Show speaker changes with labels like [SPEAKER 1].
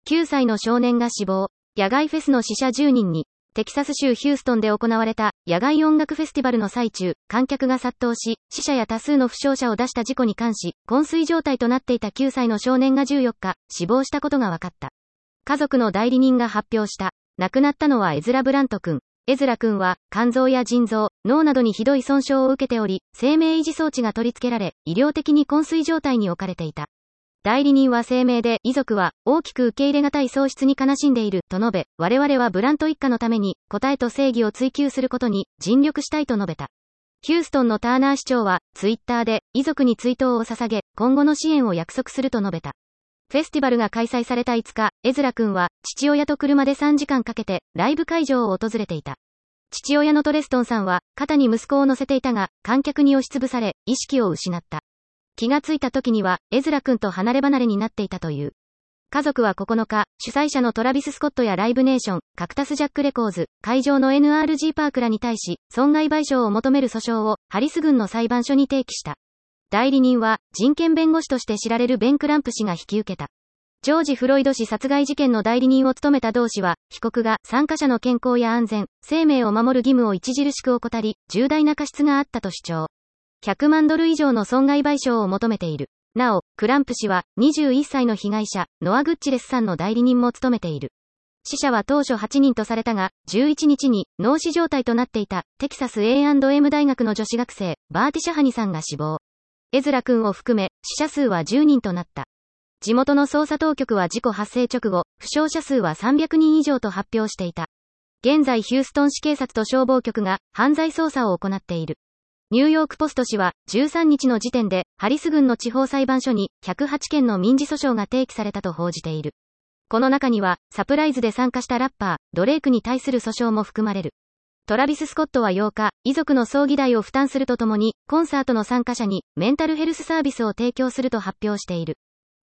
[SPEAKER 1] 9歳の少年が死亡。野外フェスの死者10人に。テキサス州ヒューストンで行われた野外音楽フェスティバルの最中、観客が殺到し、死者や多数の負傷者を出した事故に関し、昏睡状態となっていた9歳の少年が14日、死亡したことが分かった。家族の代理人が発表した。亡くなったのはエズラ・ブラント君。エズラ君は、肝臓や腎臓、脳などにひどい損傷を受けており、生命維持装置が取り付けられ、医療的に昏睡状態に置かれていた。代理人は声明で、遺族は、大きく受け入れがたい喪失に悲しんでいる、と述べ、我々はブラント一家のために、答えと正義を追求することに、尽力したいと述べた。ヒューストンのターナー市長は、ツイッターで、遺族に追悼を捧げ、今後の支援を約束すると述べた。フェスティバルが開催された5日、エズラ君は、父親と車で3時間かけて、ライブ会場を訪れていた。父親のトレストンさんは、肩に息子を乗せていたが、観客に押しつぶされ、意識を失った。気がついた時には、エズラ君と離れ離れになっていたという。家族は9日、主催者のトラビス・スコットやライブネーション、カクタス・ジャック・レコーズ、会場の NRG パークらに対し、損害賠償を求める訴訟を、ハリス郡の裁判所に提起した。代理人は、人権弁護士として知られるベン・クランプ氏が引き受けた。ジョージ・フロイド氏殺害事件の代理人を務めた同氏は、被告が参加者の健康や安全、生命を守る義務を著しく怠り、重大な過失があったと主張。100万ドル以上の損害賠償を求めている。なお、クランプ氏は21歳の被害者、ノア・グッチレスさんの代理人も務めている。死者は当初8人とされたが、11日に脳死状態となっていたテキサス A&M 大学の女子学生、バーティシャハニさんが死亡。エズラ君を含め、死者数は10人となった。地元の捜査当局は事故発生直後、負傷者数は300人以上と発表していた。現在ヒューストン市警察と消防局が犯罪捜査を行っている。ニューヨークポスト紙は13日の時点でハリス郡の地方裁判所に108件の民事訴訟が提起されたと報じている。この中にはサプライズで参加したラッパー、ドレイクに対する訴訟も含まれる。トラビス・スコットは8日、遺族の葬儀代を負担するとともに、コンサートの参加者にメンタルヘルスサービスを提供すると発表している。